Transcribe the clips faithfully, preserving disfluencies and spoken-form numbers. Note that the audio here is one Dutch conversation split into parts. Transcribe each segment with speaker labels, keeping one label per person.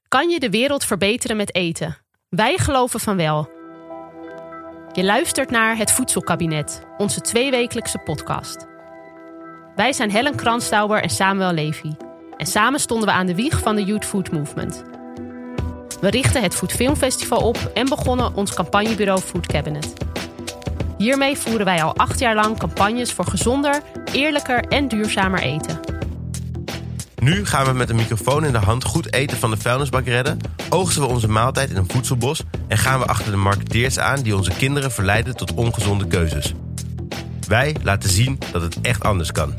Speaker 1: Kan je de wereld verbeteren met eten? Wij geloven van wel. Je luistert naar Het Voedselkabinet, onze tweewekelijkse podcast. Wij zijn Helen Kranstauber en Samuel Levy. En samen stonden we aan de wieg van de Youth Food Movement. We richtten het Food Film Festival op en begonnen ons campagnebureau Food Cabinet. Hiermee voeren wij al acht jaar lang campagnes voor gezonder, eerlijker en duurzamer eten.
Speaker 2: Nu gaan we met een microfoon in de hand goed eten van de vuilnisbak redden, oogsten we onze maaltijd in een voedselbos en gaan we achter de marketeers aan die onze kinderen verleiden tot ongezonde keuzes. Wij laten zien dat het echt anders kan.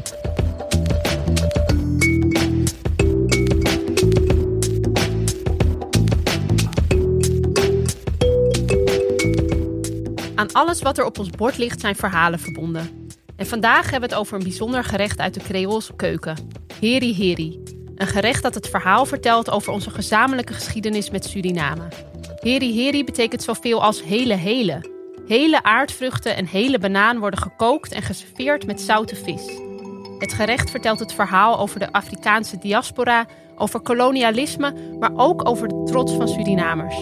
Speaker 1: Aan alles wat er op ons bord ligt zijn verhalen verbonden. En vandaag hebben we het over een bijzonder gerecht uit de Creoolse keuken. Heri Heri. Een gerecht dat het verhaal vertelt over onze gezamenlijke geschiedenis met Suriname. Heri Heri betekent zoveel als hele hele. Hele aardvruchten en hele banaan worden gekookt en geserveerd met zoute vis. Het gerecht vertelt het verhaal over de Afrikaanse diaspora, over kolonialisme, maar ook over de trots van Surinamers.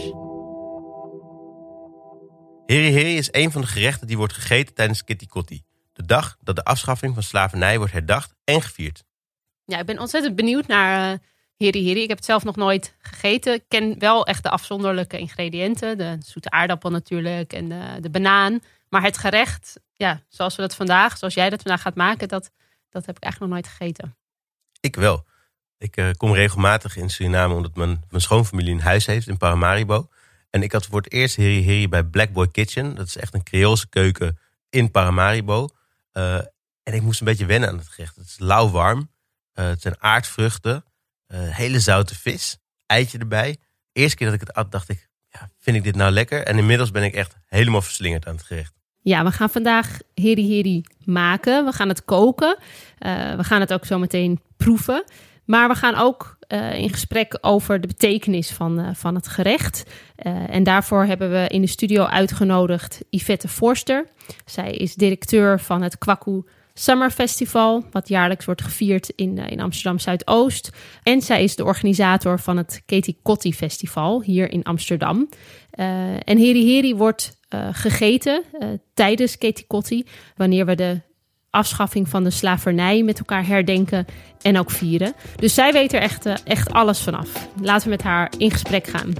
Speaker 2: Heri Heri is een van de gerechten die wordt gegeten tijdens Kitty Kotti. De dag dat de afschaffing van slavernij wordt herdacht en gevierd.
Speaker 1: Ja, ik ben ontzettend benieuwd naar uh, Heri Heri. Ik heb het zelf nog nooit gegeten. Ik ken wel echt de afzonderlijke ingrediënten. De zoete aardappel natuurlijk en de, de banaan. Maar het gerecht, ja, zoals we dat vandaag, zoals jij dat vandaag gaat maken, dat, dat heb ik eigenlijk nog nooit gegeten.
Speaker 2: Ik wel. Ik uh, kom regelmatig in Suriname omdat mijn, mijn schoonfamilie een huis heeft in Paramaribo. En ik had voor het eerst Heri Heri bij Black Boy Kitchen. Dat is echt een Creoolse keuken in Paramaribo. Uh, en ik moest een beetje wennen aan het gerecht. Het is lauwwarm. Uh, het zijn aardvruchten. Uh, hele zoute vis. Eitje erbij. De eerste keer dat ik het at, dacht ik, ja, vind ik dit nou lekker? En inmiddels ben ik echt helemaal verslingerd aan het gerecht.
Speaker 1: Ja, we gaan vandaag Heri Heri maken. We gaan het koken. Uh, we gaan het ook zo meteen proeven. Maar we gaan ook uh, in gesprek over de betekenis van, uh, van het gerecht. Uh, en daarvoor hebben we in de studio uitgenodigd Yvette Forster. Zij is directeur van het Kwaku Summer Festival, wat jaarlijks wordt gevierd in, uh, in Amsterdam Zuidoost. En zij is de organisator van het Kitty Kotti Festival hier in Amsterdam. Uh, en Heri Heri wordt uh, gegeten uh, tijdens Kitty Kotti, wanneer we de afschaffing van de slavernij met elkaar herdenken en ook vieren. Dus zij weet er echt, uh, echt alles vanaf. Laten we met haar in gesprek gaan.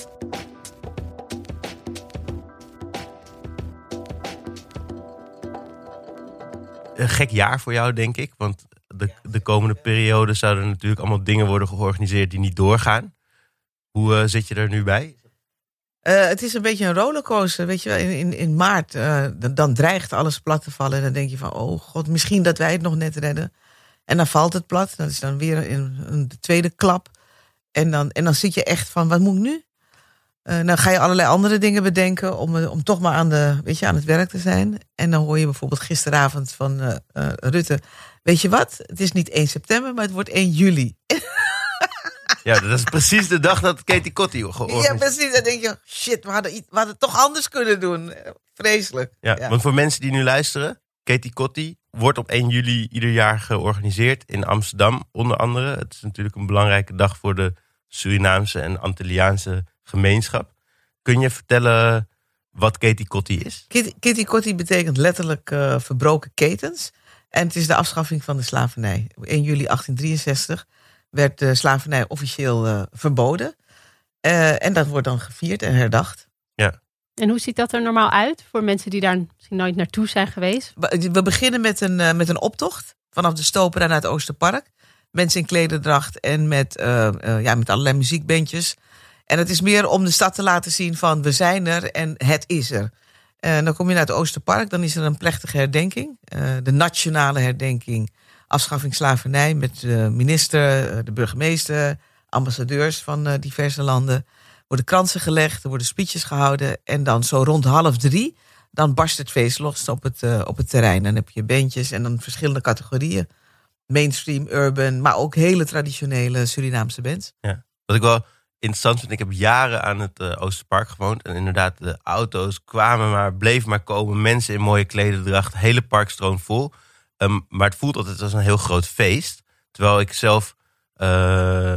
Speaker 2: Een gek jaar voor jou, denk ik. Want de, de komende periode zouden er natuurlijk allemaal dingen worden georganiseerd die niet doorgaan. Hoe uh, zit je er nu bij?
Speaker 3: Uh, het is een beetje een rollercoaster. Weet je wel, in, in, in maart uh, dan, dan dreigt alles plat te vallen. En dan denk je van, oh god, misschien dat wij het nog net redden. En dan valt het plat. Dat is dan weer een, een tweede klap. En dan, en dan zit je echt van, wat moet ik nu? Uh, dan ga je allerlei andere dingen bedenken om, om toch maar aan, de, weet je, aan het werk te zijn. En dan hoor je bijvoorbeeld gisteravond van uh, uh, Rutte, weet je wat? Het is niet één september, maar het wordt één juli.
Speaker 2: Ja, dat is precies de dag dat Kitty Kotti georganiseerd.
Speaker 3: Ja, precies. Dan denk je, shit, we hadden, we hadden het toch anders kunnen doen. Vreselijk.
Speaker 2: Ja,
Speaker 3: ja.
Speaker 2: Want voor mensen die nu luisteren, Kitty Kotti wordt op één juli ieder jaar georganiseerd in Amsterdam, onder andere. Het is natuurlijk een belangrijke dag voor de Surinaamse en Antilliaanse gemeenschap. Kun je vertellen wat Kitty Kotti is?
Speaker 3: Kitty, Kitty Kotti betekent letterlijk uh, verbroken ketens. En het is de afschaffing van de slavernij. één juli achttien drieënzestig werd de slavernij officieel uh, verboden. Uh, en dat wordt dan gevierd en herdacht.
Speaker 2: Ja.
Speaker 1: En hoe ziet dat er normaal uit voor mensen die daar misschien nooit naartoe zijn geweest?
Speaker 3: We beginnen met een, uh, met een optocht vanaf de Stopera naar het Oosterpark. Mensen in klederdracht en met, uh, uh, ja, met allerlei muziekbandjes. En het is meer om de stad te laten zien van we zijn er en het is er. En dan kom je naar het Oosterpark, dan is er een plechtige herdenking. Uh, de nationale herdenking, afschaffing slavernij met de minister, uh, de burgemeester, ambassadeurs van uh, diverse landen. Er worden kransen gelegd, er worden speeches gehouden. En dan zo rond half drie, dan barst het feest los op het, uh, op het terrein. Dan heb je bandjes en dan verschillende categorieën. Mainstream, urban, maar ook hele traditionele Surinaamse bands.
Speaker 2: Ja. Wat ik wel interessant vind, ik heb jaren aan het uh, Oosterpark gewoond. En inderdaad, de auto's kwamen maar, bleven maar komen. Mensen in mooie klederdracht, hele park stroomt vol. Um, maar het voelt altijd als een heel groot feest. Terwijl ik zelf uh,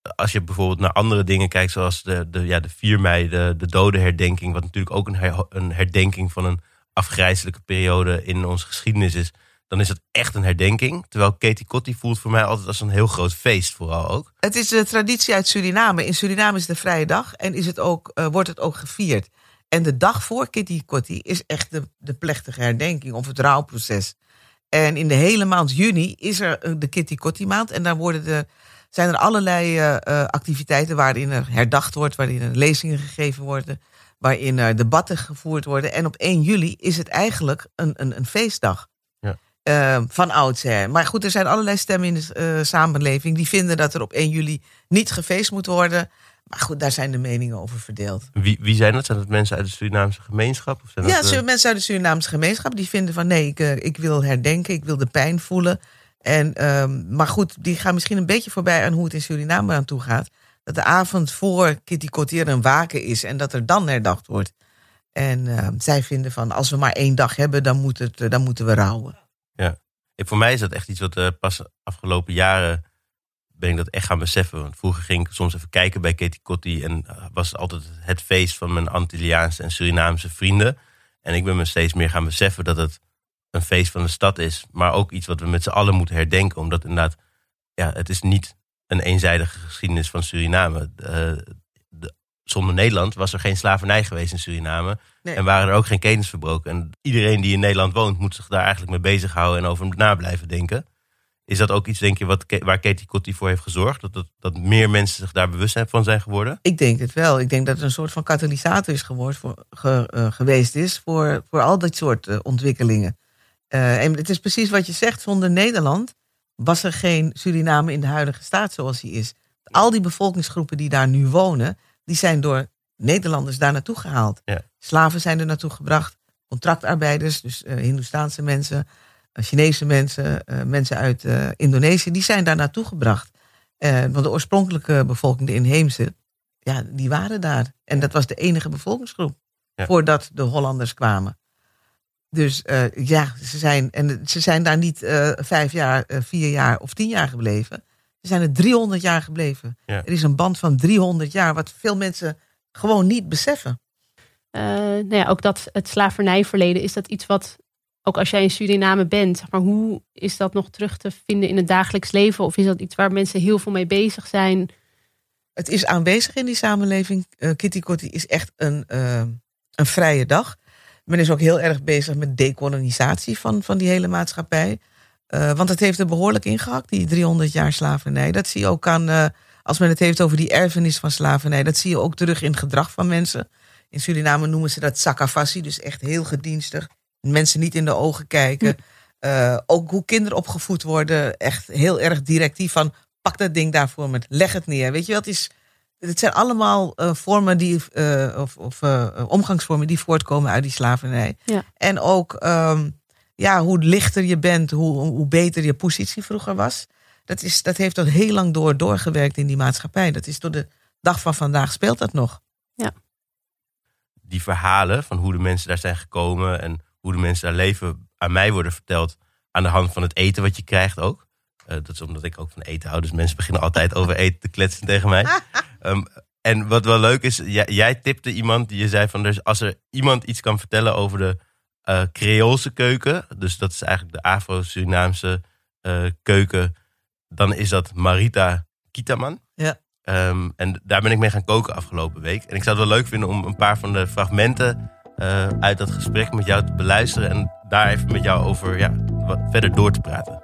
Speaker 2: als je bijvoorbeeld naar andere dingen kijkt, zoals de, de, ja, de vier mei, de, de dodenherdenking, wat natuurlijk ook een, her, een herdenking van een afgrijzelijke periode in onze geschiedenis is, dan is het echt een herdenking. Terwijl Ketty Kotti voelt voor mij altijd als een heel groot feest, vooral ook.
Speaker 3: Het is de traditie uit Suriname. In Suriname is het een vrije dag en is het ook, uh, wordt het ook gevierd. En de dag voor Ketty Kotti is echt de, de plechtige herdenking of het rouwproces. En in de hele maand juni is er de Ketty Kotti maand. En daar worden de, zijn er allerlei uh, activiteiten waarin er herdacht wordt, waarin er lezingen gegeven worden, waarin er debatten gevoerd worden. En op één juli is het eigenlijk een, een, een feestdag.
Speaker 2: Ja.
Speaker 3: Uh, van oudsher. Maar goed, er zijn allerlei stemmen in de uh, samenleving die vinden dat er op één juli niet gefeest moet worden. Maar goed, daar zijn de meningen over verdeeld.
Speaker 2: Wie, wie zijn dat? Zijn dat mensen uit de Surinaamse gemeenschap? Of zijn
Speaker 3: ja,
Speaker 2: dat, uh...
Speaker 3: mensen uit de Surinaamse gemeenschap die vinden van nee, ik, uh, ik wil herdenken, ik wil de pijn voelen. En, um, maar goed, die gaan misschien een beetje voorbij aan hoe het in Suriname aan toe gaat. Dat de avond voor Ketty Kotti er een waken is en dat er dan herdacht wordt. En uh, zij vinden van als we maar één dag hebben, dan, moet het, uh, dan moeten we rouwen.
Speaker 2: Ja, ik, voor mij is dat echt iets wat uh, pas afgelopen jaren ben ik dat echt gaan beseffen. Want vroeger ging ik soms even kijken bij Ketty Kotti en uh, was het altijd het feest van mijn Antilliaanse en Surinaamse vrienden. En ik ben me steeds meer gaan beseffen dat het een feest van de stad is, maar ook iets wat we met z'n allen moeten herdenken. Omdat inderdaad, ja, het is niet een eenzijdige geschiedenis van Suriname. Uh, de, zonder Nederland was er geen slavernij geweest in Suriname. Nee. En waren er ook geen ketens verbroken. En iedereen die in Nederland woont moet zich daar eigenlijk mee bezighouden en over na blijven denken. Is dat ook iets, denk je, wat, waar Ketty Kotti voor heeft gezorgd? Dat, dat, dat meer mensen zich daar bewust van zijn geworden?
Speaker 3: Ik denk het wel. Ik denk dat het een soort van katalysator is geworden, voor, ge, uh, geweest is voor, voor al dat soort uh, ontwikkelingen. Uh, en het is precies wat je zegt. Zonder Nederland was er geen Suriname in de huidige staat zoals die is. Al die bevolkingsgroepen die daar nu wonen, die zijn door Nederlanders daar naartoe gehaald. Ja. Slaven zijn er naartoe gebracht. Contractarbeiders, dus uh, Hindoestaanse mensen, uh, Chinese mensen, uh, mensen uit uh, Indonesië, die zijn daar naartoe gebracht. Uh, want de oorspronkelijke bevolking, de inheemse, ja, die waren daar. En dat was de enige bevolkingsgroep ja. voordat de Hollanders kwamen. Dus uh, ja, ze zijn, en ze zijn daar niet uh, vijf jaar, uh, vier jaar of tien jaar gebleven. Ze zijn er driehonderd jaar gebleven. Ja. Er is een band van driehonderd jaar, wat veel mensen gewoon niet beseffen.
Speaker 1: Uh, nou ja, ook dat het slavernijverleden, is dat iets wat, ook als jij in Suriname bent, zeg maar, hoe is dat nog terug te vinden in het dagelijks leven? Of is dat iets waar mensen heel veel mee bezig zijn?
Speaker 3: Het is aanwezig in die samenleving. Uh, Ketty Kotti is echt een, uh, een vrije dag. Men is ook heel erg bezig met dekolonisatie van, van die hele maatschappij. Uh, want het heeft er behoorlijk ingehakt, die driehonderd jaar slavernij. Dat zie je ook aan, uh, als men het heeft over die erfenis van slavernij, dat zie je ook terug in het gedrag van mensen. In Suriname noemen ze dat sakafassie, dus echt heel gedienstig. Mensen niet in de ogen kijken. Uh, ook hoe kinderen opgevoed worden, echt heel erg directief van pak dat ding daarvoor met, leg het neer. Weet je wat is... Het zijn allemaal uh, vormen die, uh, of, of uh, omgangsvormen die voortkomen uit die slavernij. Ja. En ook um, ja, hoe lichter je bent, hoe, hoe beter je positie vroeger was. Dat, is, dat heeft tot heel lang door doorgewerkt in die maatschappij. Dat is tot de dag van vandaag speelt dat nog. Ja.
Speaker 2: Die verhalen van hoe de mensen daar zijn gekomen en hoe de mensen daar leven, aan mij worden verteld aan de hand van het eten wat je krijgt ook. Uh, dat is omdat ik ook van eten hou. Dus mensen beginnen altijd over eten te kletsen tegen mij. Um, en wat wel leuk is, jij, jij tipte iemand die je zei van, dus als er iemand iets kan vertellen over de uh, Creoolse keuken, dus dat is eigenlijk de Afro-Surinaamse uh, keuken, dan is dat Marita Kitaman.
Speaker 3: Ja.
Speaker 2: Um, en daar ben ik mee gaan koken afgelopen week. En ik zou het wel leuk vinden om een paar van de fragmenten uh, uit dat gesprek met jou te beluisteren en daar even met jou over ja, wat verder door te praten.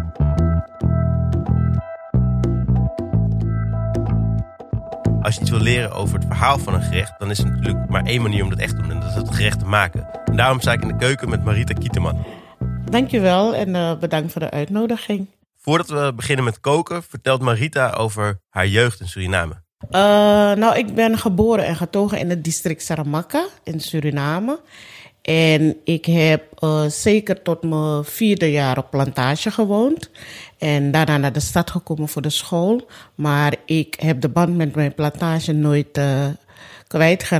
Speaker 2: Als je iets wil leren over het verhaal van een gerecht, dan is er natuurlijk maar één manier om dat echt te doen. En dat is het gerecht te maken. En daarom sta ik in de keuken met Marita Kitaman.
Speaker 4: Dankjewel en uh, bedankt voor de uitnodiging.
Speaker 2: Voordat we beginnen met koken, vertelt Marita over haar jeugd in Suriname.
Speaker 4: Uh, nou, ik ben geboren en getogen in het district Saramacca in Suriname. En ik heb uh, zeker tot mijn vierde jaar op plantage gewoond. En daarna naar de stad gekomen voor de school. Maar ik heb de band met mijn plantage nooit uh, kwijtgeraakt.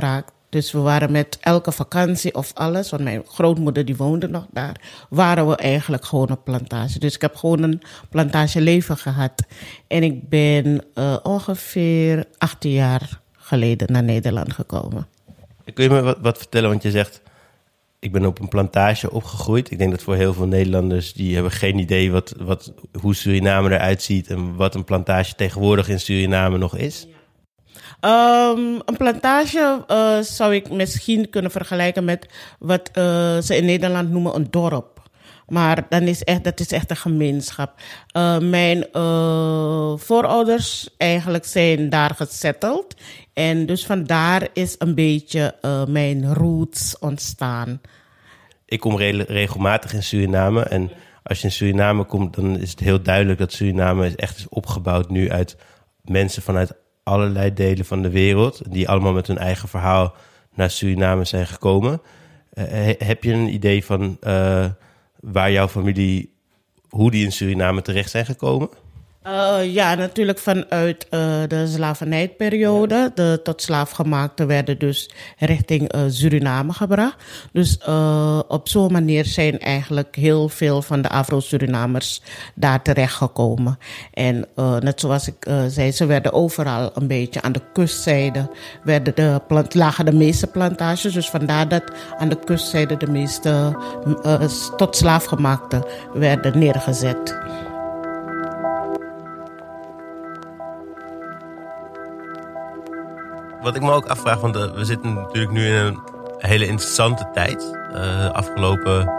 Speaker 4: Dus we waren met elke vakantie of alles, want mijn grootmoeder die woonde nog daar, waren we eigenlijk gewoon op plantage. Dus ik heb gewoon een plantageleven gehad. En ik ben uh, ongeveer achttien jaar geleden naar Nederland gekomen.
Speaker 2: Kun je me wat, wat vertellen, want je zegt, ik ben op een plantage opgegroeid. Ik denk dat voor heel veel Nederlanders, die hebben geen idee wat, wat, hoe Suriname eruit ziet en wat een plantage tegenwoordig in Suriname nog is.
Speaker 4: Um, een plantage uh, zou ik misschien kunnen vergelijken met wat uh, ze in Nederland noemen een dorp. Maar dan is echt, dat is echt een gemeenschap. Uh, mijn uh, voorouders eigenlijk zijn daar gesetteld. En dus vandaar is een beetje uh, mijn roots ontstaan.
Speaker 2: Ik kom re- regelmatig in Suriname. En als je in Suriname komt, dan is het heel duidelijk dat Suriname echt is opgebouwd nu uit mensen vanuit allerlei delen van de wereld, die allemaal met hun eigen verhaal naar Suriname zijn gekomen. Uh, he, heb je een idee van uh, waar jouw familie, hoe die in Suriname terecht zijn gekomen?
Speaker 4: Uh, ja, natuurlijk vanuit uh, de slavernijperiode. De tot slaafgemaakten werden dus richting uh, Suriname gebracht. Dus uh, op zo'n manier zijn eigenlijk heel veel van de Afro-Surinamers daar terechtgekomen. En uh, net zoals ik uh, zei, ze werden overal een beetje aan de kustzijde, werden de plant, lagen de meeste plantages. Dus vandaar dat aan de kustzijde de meeste uh, tot slaafgemaakten werden neergezet.
Speaker 2: Wat ik me ook afvraag, want uh, we zitten natuurlijk nu in een hele interessante tijd. Uh, afgelopen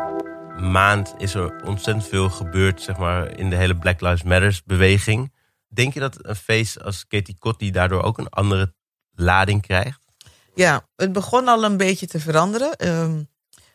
Speaker 2: maand is er ontzettend veel gebeurd, zeg maar, in de hele Black Lives Matter beweging. Denk je dat een feest als Katie Kotti daardoor ook een andere lading krijgt?
Speaker 3: Ja, het begon al een beetje te veranderen. Um,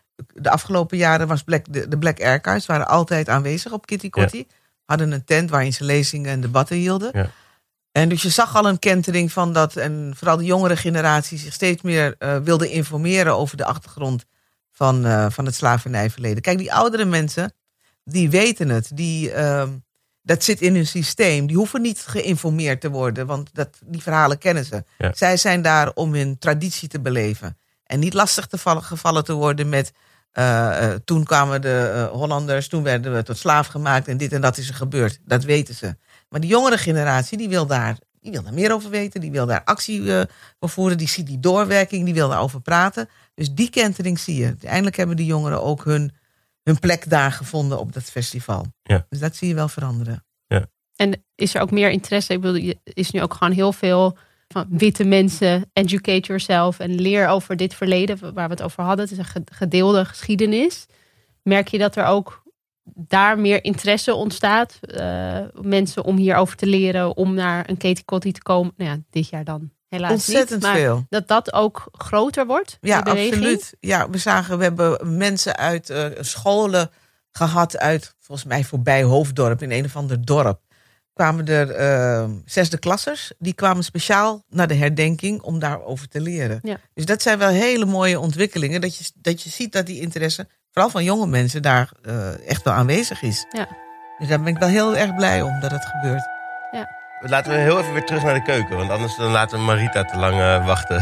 Speaker 3: de afgelopen jaren was Black, de, de Black Archives waren altijd aanwezig op Kitty Kotti. Ja. Hadden een tent waarin ze lezingen en debatten hielden. Ja. En dus je zag al een kentering van dat, en vooral de jongere generatie zich steeds meer uh, wilde informeren over de achtergrond van, uh, van het slavernijverleden. Kijk, die oudere mensen, die weten het. Die, uh, dat zit in hun systeem. Die hoeven niet geïnformeerd te worden, want dat, die verhalen kennen ze. Ja. Zij zijn daar om hun traditie te beleven. En niet lastig te vallen, gevallen te worden met, uh, uh, toen kwamen de uh, Hollanders, toen werden we tot slaaf gemaakt en dit en dat is er gebeurd. Dat weten ze. Maar die jongere generatie, die wil daar, die wil daar meer over weten. Die wil daar actie uh, voor voeren. Die ziet die doorwerking, die wil daarover praten. Dus die kentering zie je. Eindelijk hebben die jongeren ook hun, hun plek daar gevonden op dat festival. Ja. Dus dat zie je wel veranderen.
Speaker 1: Ja. En is er ook meer interesse? Ik bedoel, er is nu ook gewoon heel veel van witte mensen. Educate yourself en leer over dit verleden waar we het over hadden. Het is een gedeelde geschiedenis. Merk je dat er ook daar meer interesse ontstaat. Uh, mensen om hierover te leren, om naar een Katie Kotti te komen. Nou ja, dit jaar dan helaas
Speaker 3: ontzettend
Speaker 1: niet. Maar
Speaker 3: veel.
Speaker 1: Dat dat ook groter wordt.
Speaker 3: Ja, absoluut. Ja, we zagen, we hebben mensen uit uh, scholen gehad uit, volgens mij voorbij Hoofddorp, in een of ander dorp. Kwamen er uh, zesde klassers, die kwamen speciaal naar de herdenking om daarover te leren. Ja. Dus dat zijn wel hele mooie ontwikkelingen. Dat je, dat je ziet dat die interesse, vooral van jonge mensen, daar uh, echt wel aanwezig is. Ja. Dus daar ben ik wel heel erg blij om dat het gebeurt.
Speaker 1: Ja.
Speaker 2: Laten we heel even weer terug naar de keuken, want anders dan laten we Marita te lang uh, wachten.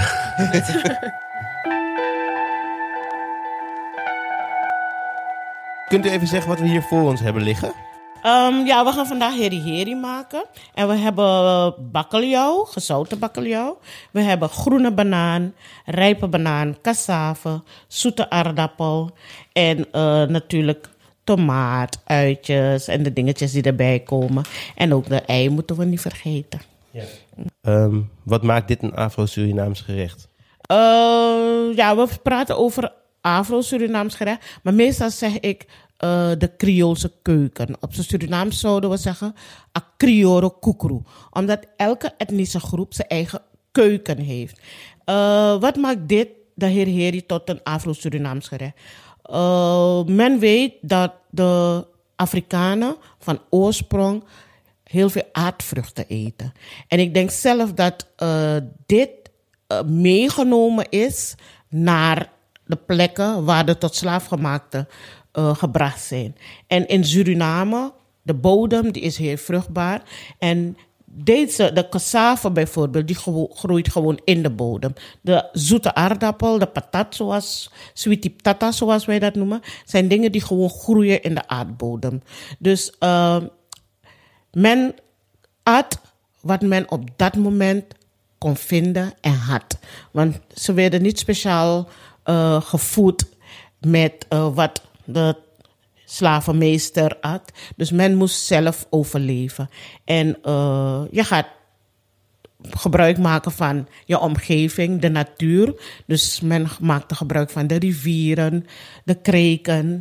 Speaker 2: Kunt u even zeggen wat we hier voor ons hebben liggen?
Speaker 4: Um, ja, we gaan vandaag heri heri maken. En we hebben bakkeljauw, gezouten bakkeljauw. We hebben groene banaan, rijpe banaan, cassave, zoete aardappel. En uh, natuurlijk tomaat, uitjes en de dingetjes die erbij komen. En ook de ei moeten we niet vergeten.
Speaker 2: Ja. Um, wat maakt dit een Afro-Surinaams gerecht?
Speaker 4: Uh, ja, we praten over Afro-Surinaams gerecht. Maar meestal zeg ik Uh, de Creoolse keuken. Op zijn Surinaams zouden we zeggen a Crioro kukru. Omdat elke etnische groep zijn eigen keuken heeft. Uh, wat maakt dit, de heri heri, tot een Afro-Surinaams gerecht? Uh, men weet dat de Afrikanen van oorsprong heel veel aardvruchten eten. En ik denk zelf dat uh, dit uh, meegenomen is naar de plekken waar de tot slaafgemaakte Uh, gebracht zijn. En in Suriname, de bodem die is heel vruchtbaar. En deze, de cassave bijvoorbeeld, die gewo- groeit gewoon in de bodem. De zoete aardappel, de patat, zoals sweetie patata, zoals wij dat noemen, zijn dingen die gewoon groeien in de aardbodem. Dus uh, men at wat men op dat moment kon vinden en had. Want ze werden niet speciaal uh, gevoed met uh, wat de slavenmeester at. Dus men moest zelf overleven. En uh, je gaat gebruik maken van je omgeving, de natuur. Dus men maakte gebruik van de rivieren, de kreken,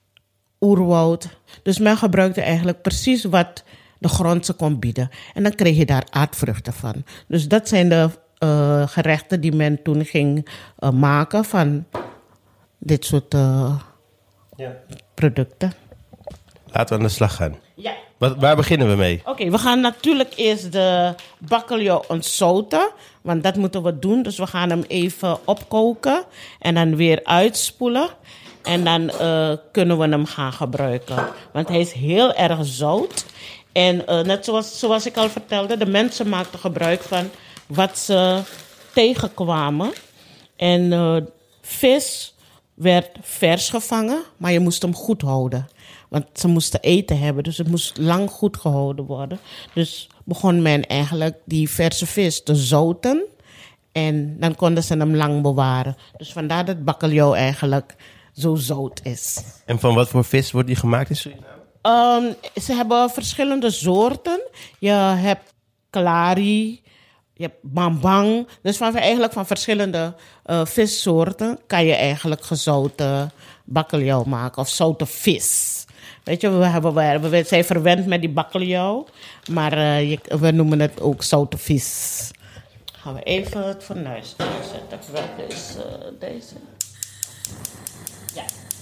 Speaker 4: oerwoud. Dus men gebruikte eigenlijk precies wat de grond ze kon bieden. En dan kreeg je daar aardvruchten van. Dus dat zijn de uh, gerechten die men toen ging uh, maken van dit soort uh,
Speaker 2: Ja.
Speaker 4: producten.
Speaker 2: Laten we aan de slag gaan.
Speaker 4: Ja.
Speaker 2: Wat, waar beginnen we mee?
Speaker 4: Oké, okay, we gaan natuurlijk eerst de bakkeljauw ontzouten. Want dat moeten we doen. Dus we gaan hem even opkoken. En dan weer uitspoelen. En dan uh, kunnen we hem gaan gebruiken. Want hij is heel erg zout. En uh, net zoals, zoals ik al vertelde, de mensen maakten gebruik van wat ze tegenkwamen. En uh, vis werd vers gevangen, maar je moest hem goed houden. Want ze moesten eten hebben, dus het moest lang goed gehouden worden. Dus begon men eigenlijk die verse vis te zouten. En dan konden ze hem lang bewaren. Dus vandaar dat bakkeljauw eigenlijk zo zout is.
Speaker 2: En van wat voor vis wordt die gemaakt in Suriname?
Speaker 4: Um, ze hebben verschillende soorten. Je hebt klari, je hebt bambang. Dus van, eigenlijk van verschillende uh, vissoorten kan je eigenlijk gezouten bakkeljauw maken. Of zoute vis. Weet je, we, hebben, we, we zijn verwend met die bakkeljauw. Maar uh, je, we noemen het ook zoute vis. Gaan we even het fornuis zetten. Welke is uh, deze? Ja.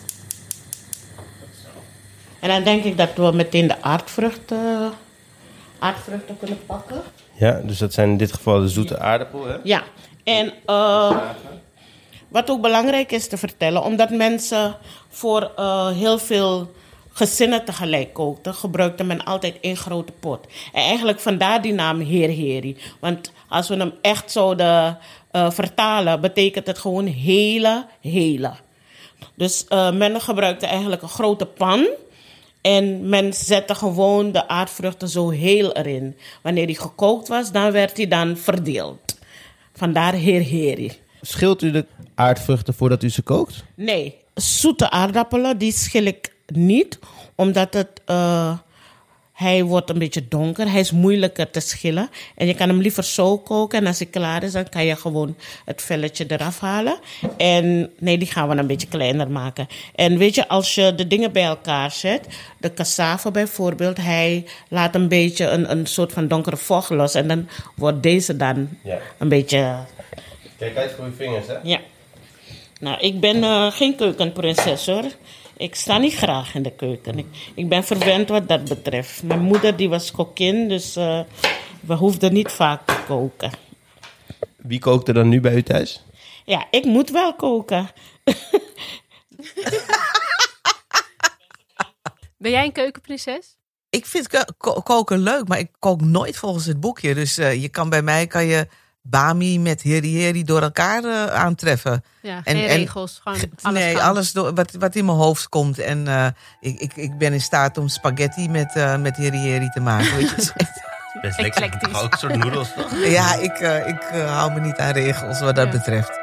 Speaker 4: En dan denk ik dat we meteen de aardvruchten, aardvruchten kunnen pakken.
Speaker 2: Ja, dus dat zijn in dit geval de zoete aardappel, hè?
Speaker 4: Ja, en uh, wat ook belangrijk is te vertellen, omdat mensen voor uh, heel veel gezinnen tegelijk kookten, gebruikte men altijd één grote pot. En eigenlijk vandaar die naam Heer Heri. Want als we hem echt zouden uh, vertalen, betekent het gewoon hele, hele. Dus uh, men gebruikte eigenlijk een grote pan. En men zette gewoon de aardvruchten zo heel erin. Wanneer die gekookt was, dan werd die dan verdeeld. Vandaar Heer Heri.
Speaker 2: Schilt u de aardvruchten voordat u ze kookt?
Speaker 4: Nee, zoete aardappelen, die schil ik niet. Omdat het, uh, hij wordt een beetje donker. Hij is moeilijker te schillen. En je kan hem liever zo koken. En als hij klaar is, dan kan je gewoon het velletje eraf halen. En nee, die gaan we een beetje kleiner maken. En weet je, als je de dingen bij elkaar zet. De cassave bijvoorbeeld, hij laat een beetje een, een soort van donkere vocht los. En dan wordt deze dan
Speaker 2: Ja.
Speaker 4: een beetje...
Speaker 2: Kijk uit voor je vingers, hè?
Speaker 4: Ja. Nou, ik ben uh, geen keukenprinses, hoor. Ik sta niet graag in de keuken. Ik, ik ben verwend wat dat betreft. Mijn moeder die was kokkin, dus uh, we hoefden niet vaak te koken.
Speaker 2: Wie kookt er dan nu bij u thuis?
Speaker 4: Ja, ik moet wel koken.
Speaker 1: Ben jij een keukenprinses?
Speaker 3: Ik vind ko- ko- koken leuk, maar ik kook nooit volgens het boekje. Dus uh, je kan bij mij kan je bami met heri heri door elkaar uh, aantreffen.
Speaker 1: Ja,
Speaker 3: En-
Speaker 1: geen
Speaker 3: en-
Speaker 1: regels, gewoon alles
Speaker 3: nee,
Speaker 1: gaan.
Speaker 3: alles door, wat, wat in mijn hoofd komt. En uh, ik, ik, ik ben in staat om spaghetti met, uh, met heri heri te maken. Weet je? Het is echt-
Speaker 2: Best
Speaker 1: lekker.
Speaker 2: lekker. Toch ook een soort noedels, toch?
Speaker 3: ja, ik, uh, ik uh, hou me niet aan regels wat dat
Speaker 1: Ja.
Speaker 3: betreft.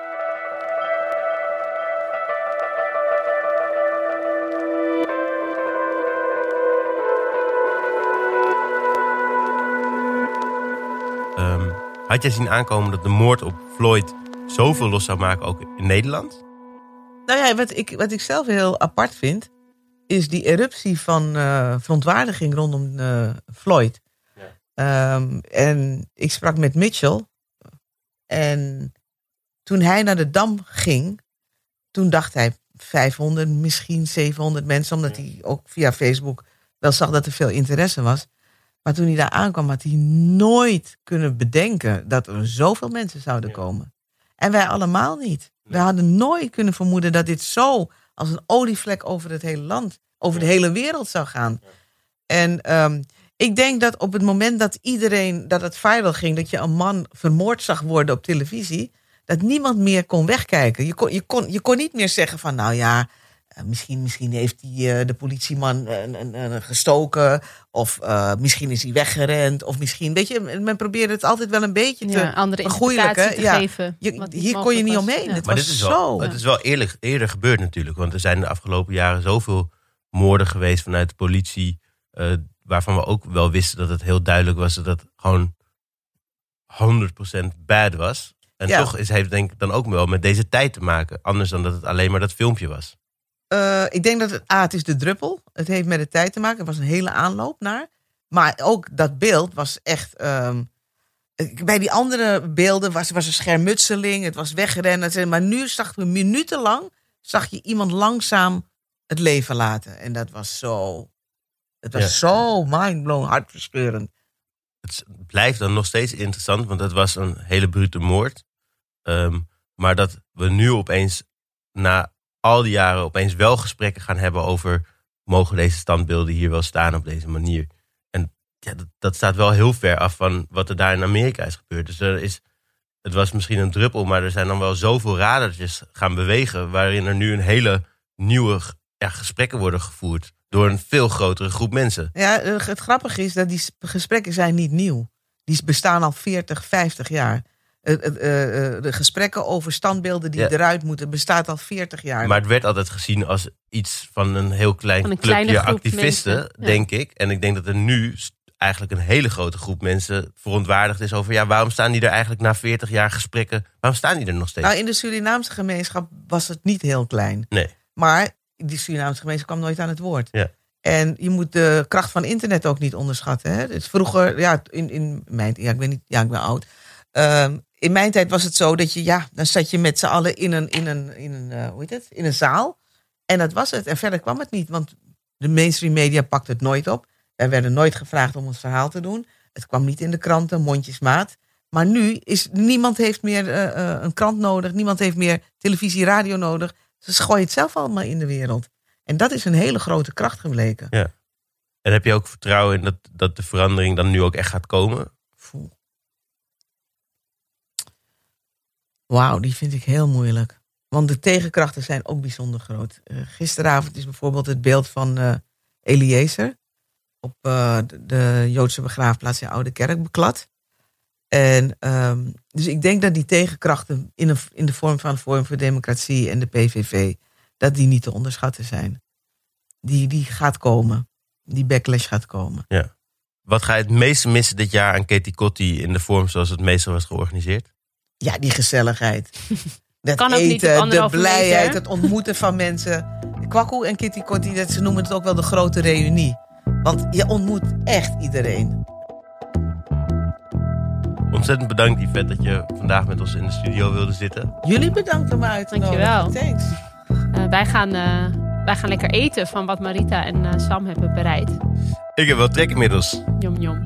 Speaker 2: Um, had jij zien aankomen dat de moord op Floyd zoveel los zou maken, ook in Nederland?
Speaker 3: Nou ja, wat ik, wat ik zelf heel apart vind, is die eruptie van uh, verontwaardiging rondom uh, Floyd. Ja. Um, en ik sprak met Mitchell. En toen hij naar de Dam ging, toen dacht hij vijfhonderd, misschien zevenhonderd mensen, omdat hij ook via Facebook wel zag dat er veel interesse was. Maar toen hij daar aankwam, had hij nooit kunnen bedenken dat er zoveel mensen zouden komen. En wij allemaal niet. We hadden nooit kunnen vermoeden dat dit zo als een olievlek over het hele land, over de hele wereld zou gaan. En um, Ik denk dat op het moment dat iedereen, dat het viral ging, dat je een man vermoord zag worden op televisie, dat niemand meer kon wegkijken. Je kon, je kon, je kon niet meer zeggen van, nou ja, uh, misschien, misschien heeft die, uh, de politieman uh, uh, uh, gestoken, of uh, misschien is hij weggerend, of misschien, weet je, men probeerde het altijd wel een beetje te
Speaker 1: ja, andere
Speaker 3: vergoeilijken.
Speaker 1: te
Speaker 3: Ja.
Speaker 1: geven.
Speaker 3: Je, hier kon je niet
Speaker 1: was.
Speaker 3: omheen.
Speaker 1: Ja.
Speaker 3: Het
Speaker 2: Maar
Speaker 3: was
Speaker 2: dit is
Speaker 3: zo.
Speaker 2: wel, het is wel eerlijk, eerder gebeurd natuurlijk. Want er zijn de afgelopen jaren zoveel moorden geweest vanuit de politie, Uh, waarvan we ook wel wisten dat het heel duidelijk was dat het gewoon honderd procent bad was. En
Speaker 3: Ja.
Speaker 2: toch is, heeft denk ik dan ook wel met deze tijd te maken. Anders dan dat het alleen maar dat filmpje was.
Speaker 3: Uh, ik denk dat het, A, het is de druppel. Het heeft met de tijd te maken. Er was een hele aanloop naar. Maar ook dat beeld was echt... Um, bij die andere beelden was, was een schermutseling. Het was wegrennen. Maar nu zag je minutenlang zag je iemand langzaam het leven laten. En dat was zo... Het was
Speaker 2: Ja.
Speaker 3: zo mindblown, hartverscheurend.
Speaker 2: Het blijft dan nog steeds interessant, want het was een hele brute moord. Um, maar dat we nu opeens, na al die jaren, opeens wel gesprekken gaan hebben over, mogen deze standbeelden hier wel staan op deze manier? En ja, dat, dat staat wel heel ver af van wat er daar in Amerika is gebeurd. Dus er is, het was misschien een druppel, maar er zijn dan wel zoveel radertjes gaan bewegen, waarin er nu een hele nieuwe ja, gesprekken worden gevoerd door een veel grotere groep mensen.
Speaker 3: Ja, het grappige is dat die gesprekken zijn niet nieuw. Die bestaan al veertig, vijftig jaar. De gesprekken over standbeelden die
Speaker 2: Ja.
Speaker 3: eruit moeten, bestaat al veertig jaar.
Speaker 2: Maar het werd altijd gezien als iets van een heel klein
Speaker 1: Van een kleine
Speaker 2: clubje
Speaker 1: groep
Speaker 2: activisten,
Speaker 1: mensen, ja.
Speaker 2: denk ik. En ik denk dat er nu eigenlijk een hele grote groep mensen verontwaardigd is over, ja, waarom staan die er eigenlijk na veertig jaar gesprekken, waarom staan die er nog steeds?
Speaker 3: Nou, in de Surinaamse gemeenschap was het niet heel klein.
Speaker 2: Nee.
Speaker 3: Maar die Surinaamse gemeenschap kwam nooit aan het woord.
Speaker 2: Ja.
Speaker 3: En je moet de kracht van internet ook niet onderschatten. Hè? Dus vroeger, ja, in, in mijn, ja, ik ben niet, ja, ik ben oud. Um, in mijn tijd was het zo dat je, ja, dan zat je met z'n allen in een, in een, in een, uh, hoe heet het, in een zaal. En dat was het. En verder kwam het niet, want de mainstream media pakte het nooit op. Wij werden nooit gevraagd om ons verhaal te doen. Het kwam niet in de kranten, mondjesmaat. Maar nu is niemand heeft meer uh, uh, een krant nodig. Niemand heeft meer televisie, radio nodig. Ze gooien het zelf allemaal in de wereld. En dat is een hele grote kracht gebleken.
Speaker 2: Ja. En heb je ook vertrouwen in dat, dat de verandering dan nu ook echt gaat komen?
Speaker 3: Wauw, die vind ik heel moeilijk. Want de tegenkrachten zijn ook bijzonder groot. Uh, gisteravond is bijvoorbeeld het beeld van uh, Eliezer op uh, de, de Joodse begraafplaats in Oude Kerk beklad. En um, dus ik denk dat die tegenkrachten in, een, in de vorm van Forum voor Democratie en de P V V, dat die niet te onderschatten zijn. Die, die gaat komen. Die backlash gaat komen.
Speaker 2: Ja. Wat ga je het meeste missen dit jaar aan Katie Kotti in de vorm zoals het meestal was georganiseerd?
Speaker 3: Ja, die gezelligheid. Dat
Speaker 1: Kan ook
Speaker 3: eten,
Speaker 1: niet op
Speaker 3: de
Speaker 1: anderhalve
Speaker 3: blijheid,
Speaker 1: meter.
Speaker 3: het ontmoeten van mensen. Kwakkoe en Kitty Kotti, dat, ze noemen het ook wel de grote reunie. Want je ontmoet echt iedereen.
Speaker 2: Ontzettend bedankt, Yvette, dat je vandaag met ons in de studio wilde zitten.
Speaker 3: Jullie bedankt om me uit te nodigen.
Speaker 1: Dankjewel.
Speaker 3: Thanks.
Speaker 1: Uh, wij, gaan, uh, wij gaan lekker eten van wat Marita en uh, Sam hebben bereid.
Speaker 2: Ik heb wel trek inmiddels.
Speaker 1: Jom jom.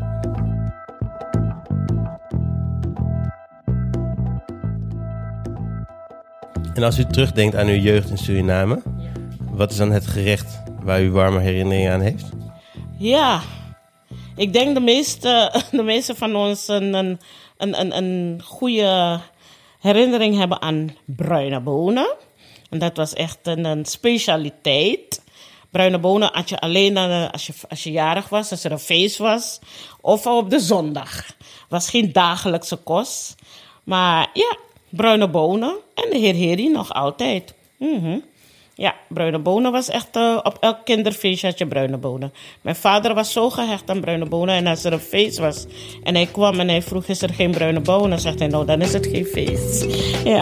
Speaker 2: En als u terugdenkt aan uw jeugd in Suriname, wat is dan het gerecht waar u warme herinneringen aan heeft?
Speaker 4: Ja, ik denk de meeste, de meeste van ons een, een, een, een goede herinnering hebben aan bruine bonen. En dat was echt een, een specialiteit. Bruine bonen had je alleen als je, als je jarig was, als er een feest was. Of op de zondag. Was geen dagelijkse kost. Maar ja, bruine bonen. En de heer Heri nog altijd. Mm-hmm. Ja, bruine bonen was echt... Uh, op elk kinderfeestje had je bruine bonen. Mijn vader was zo gehecht aan bruine bonen. En als er een feest was en hij kwam en hij vroeg... is er geen bruine bonen? Zegt hij, nou, dan is het geen feest. Ja.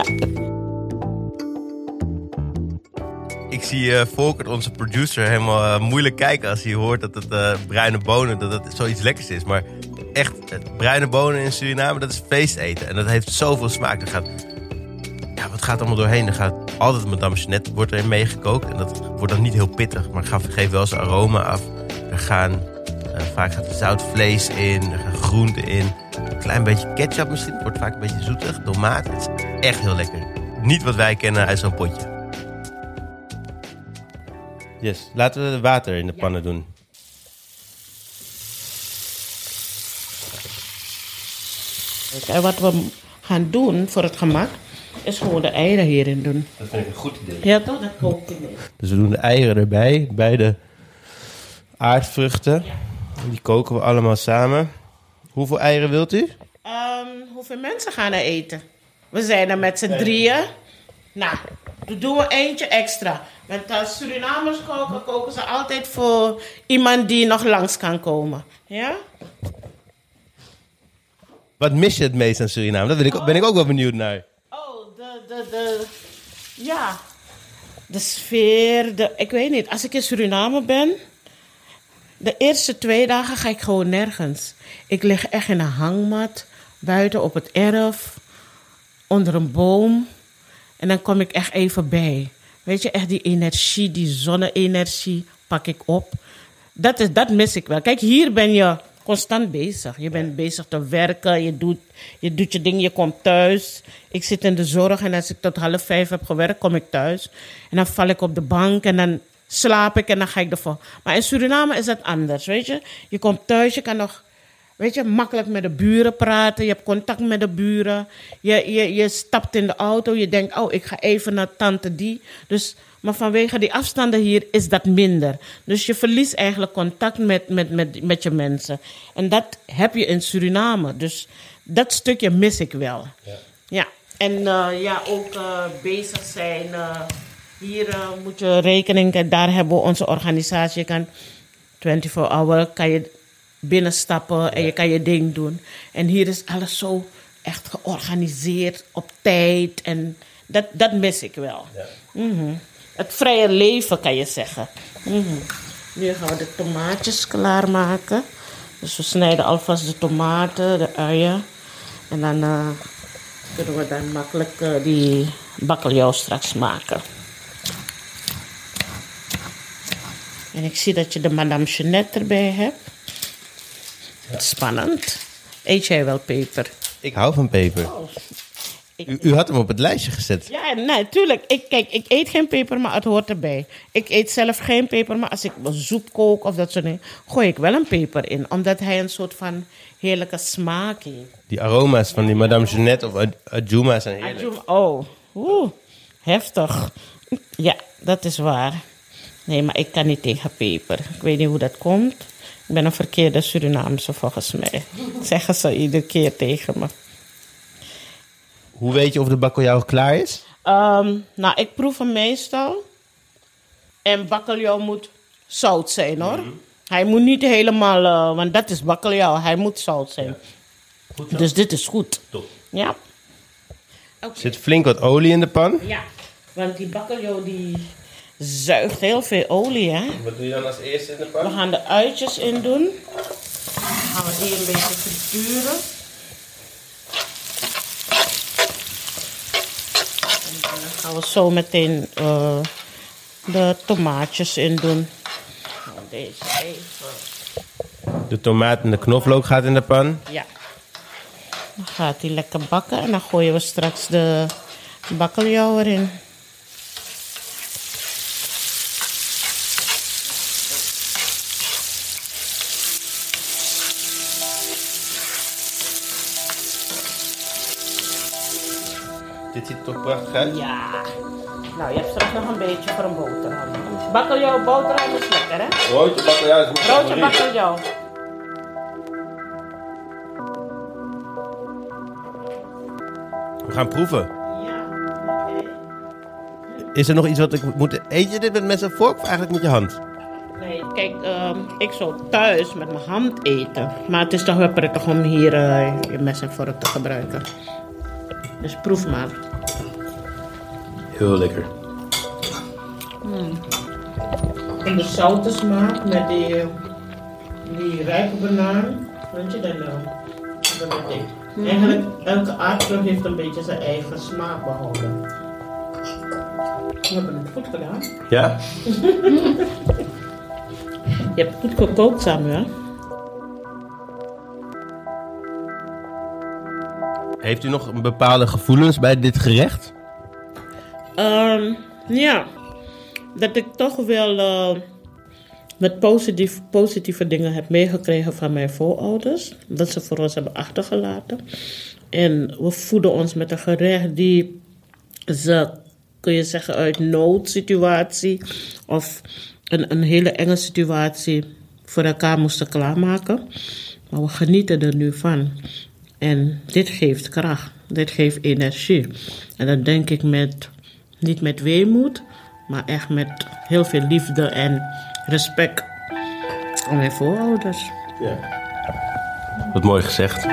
Speaker 2: Ik zie uh, Volker, onze producer, helemaal uh, moeilijk kijken als hij hoort dat het uh, bruine bonen, dat het zoiets lekkers is. Maar echt, uh, bruine bonen in Suriname, dat is feesteten. En dat heeft zoveel smaak. Er gaat, ja, wat gaat allemaal doorheen? Er gaat altijd madame Jeanette wordt erin meegekookt. En dat wordt dan niet heel pittig, maar het geeft wel zijn aroma af. Er gaan, uh, vaak gaat er zout vlees in, er gaan groenten in. Een klein beetje ketchup misschien, het wordt vaak een beetje zoetig. Tomaat, het is echt heel lekker. Niet wat wij kennen uit zo'n potje. Yes, laten we water in de pannen doen.
Speaker 4: En wat we gaan doen voor het gemak, is gewoon de eieren hierin doen.
Speaker 2: Dat vind ik een goed idee.
Speaker 4: Ja, toch? Dat kookt je mee.
Speaker 2: Dus we doen de eieren erbij, bij de aardvruchten. Die koken we allemaal samen. Hoeveel eieren wilt u?
Speaker 4: Um, hoeveel mensen gaan er eten? We zijn er met z'n drieën. Nou, dan doen we eentje extra. Want als Surinamers koken, koken ze altijd voor iemand die nog langs kan komen. Ja?
Speaker 2: Wat mis je het meest aan Suriname? Daar ben ik, ben ik ook wel benieuwd naar.
Speaker 4: Oh, de, de, de... Ja. De sfeer, de... Ik weet niet, als ik in Suriname ben... De eerste twee dagen ga ik gewoon nergens. Ik lig echt in een hangmat, buiten op het erf, onder een boom. En dan kom ik echt even bij. Weet je, echt die energie, die zonne-energie pak ik op. Dat, is, dat mis ik wel. Kijk, hier ben je constant bezig. Je bent bezig te werken, je doet, je doet je ding, je komt thuis. Ik zit in de zorg en als ik tot half vijf heb gewerkt, kom ik thuis. En dan val ik op de bank en dan slaap ik en dan ga ik ervoor. Maar in Suriname is dat anders, weet je. Je komt thuis, je kan nog, weet je, makkelijk met de buren praten. Je hebt contact met de buren. Je, je, je stapt in de auto, je denkt, oh, ik ga even naar tante die. Dus, maar vanwege die afstanden hier is dat minder. Dus je verliest eigenlijk contact met, met, met, met je mensen. En dat heb je in Suriname. Dus dat stukje mis ik wel. Ja. Ja. En uh, ja, ook uh, bezig zijn... Uh, Hier uh, moet je rekening, daar hebben we onze organisatie. Je kan vierentwintig uur kan je binnenstappen en je kan je ding doen. En hier is alles zo echt georganiseerd op tijd. En dat, dat mis ik wel. Ja. Mm-hmm. Het vrije leven kan je zeggen. Mm-hmm. Nu gaan we de tomaatjes klaarmaken. Dus we snijden alvast de tomaten, de uien. En dan uh, kunnen we dan makkelijk uh, die bakkeljauw straks maken. En ik zie dat je de Madame Jeanette erbij hebt. Ja. Spannend. Eet jij wel peper?
Speaker 2: Ik hou van peper. Oh. U, u had hem op het lijstje gezet.
Speaker 4: Ja, nee, tuurlijk. Ik, kijk, ik eet geen peper, maar het hoort erbij. Ik eet zelf geen peper, maar als ik soep kook of dat soort dingen, gooi ik wel een peper in. Omdat hij een soort van heerlijke smaak heeft.
Speaker 2: Die aroma's van die Madame Jeanette of Adjuma zijn heerlijk.
Speaker 4: Adjuma, oh, oeh, heftig. Ja, dat is waar. Nee, maar ik kan niet tegen peper. Ik weet niet hoe dat komt. Ik ben een verkeerde Surinaamse volgens mij. Zeggen ze iedere keer tegen me.
Speaker 2: Hoe weet je of de bakkeljauw klaar is?
Speaker 4: Um, nou, ik proef hem meestal. En bakkeljauw moet zout zijn, hoor. Mm-hmm. Hij moet niet helemaal... Uh, want dat is bakkeljauw. Hij moet zout zijn. Ja. Goed, dus dit is goed. Top. Ja.
Speaker 2: Okay. Er zit flink wat olie in de pan.
Speaker 4: Ja, want die bakkeljauw die... zuigt heel veel olie, hè?
Speaker 2: Wat doe je dan als eerste in de pan?
Speaker 4: We gaan de uitjes in doen. Dan gaan we die een beetje frituren. En dan gaan we zo meteen uh, de tomaatjes in doen. Deze even.
Speaker 2: De tomaat en de knoflook gaat in de pan?
Speaker 4: Ja. Dan gaat die lekker bakken en dan gooien we straks de bakkeljauw erin.
Speaker 2: Dit ziet er toch prachtig uit?
Speaker 4: Ja. Nou, je hebt straks nog een beetje voor een boterham. Bakkeljauw, boterham is lekker, hè?
Speaker 2: Roodje bakkeljauw is goed.
Speaker 4: Roodje bakkeljauw.
Speaker 2: We gaan proeven.
Speaker 4: Ja, oké. Okay.
Speaker 2: Is er nog iets wat ik moet... Eet je dit met mes en vork of eigenlijk met je hand?
Speaker 4: Nee, kijk, uh, ik zou thuis met mijn hand eten. Maar het is toch wel prettig om hier uh, je mes en vork te gebruiken. Dus proef maar.
Speaker 2: Heel lekker.
Speaker 4: Mm. En de zoute smaak met die, die rijpe banaan. Weet je dat nou? Dat weet ik. Mm-hmm. Eigenlijk, elke aardvrucht heeft een beetje zijn eigen smaak behouden. We hebben het goed gedaan.
Speaker 2: Ja?
Speaker 4: Je hebt goed gekookt, Samuel.
Speaker 2: Heeft u nog bepaalde gevoelens bij dit gerecht?
Speaker 4: Um, ja, dat ik toch wel uh, met positief, positieve dingen heb meegekregen van mijn voorouders. Dat ze voor ons hebben achtergelaten. En we voeden ons met een gerecht die ze, kun je zeggen, uit noodsituatie of een, een hele enge situatie voor elkaar moesten klaarmaken. Maar we genieten er nu van. En dit geeft kracht, dit geeft energie. En dat denk ik met, niet met weemoed, maar echt met heel veel liefde en respect aan mijn voorouders.
Speaker 2: Ja. Wat mooi gezegd.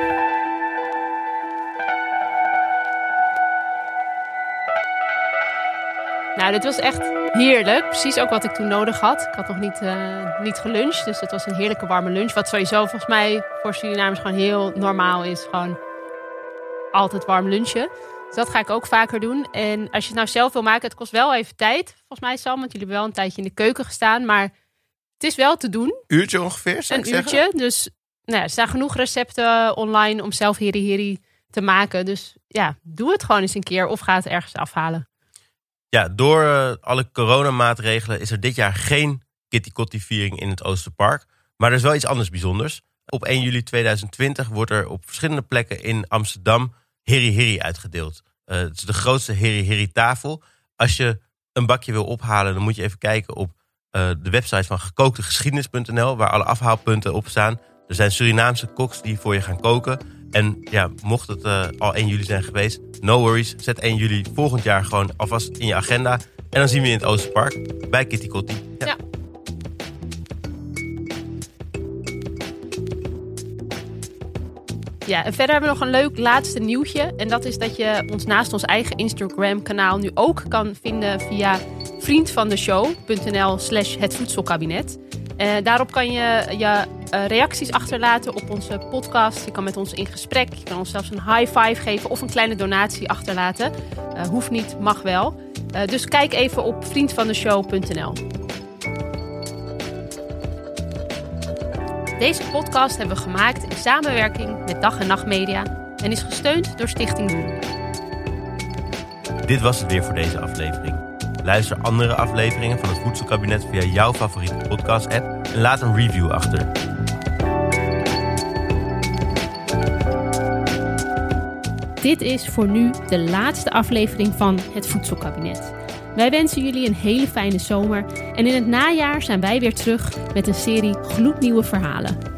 Speaker 1: Nou, dit was echt heerlijk. Precies ook wat ik toen nodig had. Ik had nog niet, uh, niet geluncht, dus het was een heerlijke warme lunch. Wat sowieso volgens mij voor Surinamers gewoon heel normaal is. Gewoon altijd warm lunchen. Dus dat ga ik ook vaker doen. En als je het nou zelf wil maken, het kost wel even tijd. Volgens mij, Sam, want jullie hebben wel een tijdje in de keuken gestaan. Maar het is wel te doen.
Speaker 2: Uurtje ongeveer, zou ik
Speaker 1: Een
Speaker 2: zeggen?
Speaker 1: uurtje. Dus nou ja, er staan genoeg recepten online om zelf heri heri te maken. Dus ja, doe het gewoon eens een keer of ga het ergens afhalen.
Speaker 2: Ja, door uh, alle coronamaatregelen is er dit jaar geen Kitty Kotti viering in het Oosterpark. Maar er is wel iets anders bijzonders. Op één juli tweeduizend twintig wordt er op verschillende plekken in Amsterdam heri heri uitgedeeld. Uh, het is de grootste heri heri tafel. Als je een bakje wil ophalen, dan moet je even kijken op uh, de website van gekooktegeschiedenis punt n l, waar alle afhaalpunten op staan. Er zijn Surinaamse koks die voor je gaan koken. En ja, mocht het uh, al één juli zijn geweest, no worries. Zet één juli volgend jaar gewoon alvast in je agenda. En dan zien we je in het Oosterpark bij Kitty Kotti. Ja.
Speaker 1: Ja. Ja, en verder hebben we nog een leuk laatste nieuwtje. En dat is dat je ons naast ons eigen Instagram-kanaal nu ook kan vinden via vriendvandeshow punt n l slash het voedselkabinet. Uh, daarop kan je je uh, reacties achterlaten op onze podcast. Je kan met ons in gesprek. Je kan ons zelfs een high five geven of een kleine donatie achterlaten. Uh, hoeft niet, mag wel. Uh, dus kijk even op vriendvandeshow punt n l. Deze podcast hebben we gemaakt in samenwerking met Dag en Nacht Media en is gesteund door Stichting Doen.
Speaker 2: Dit was het weer voor deze aflevering. Luister andere afleveringen van het Voedselkabinet via jouw favoriete podcast-app en laat een review achter.
Speaker 1: Dit is voor nu de laatste aflevering van het Voedselkabinet. Wij wensen jullie een hele fijne zomer en in het najaar zijn wij weer terug met een serie gloednieuwe verhalen.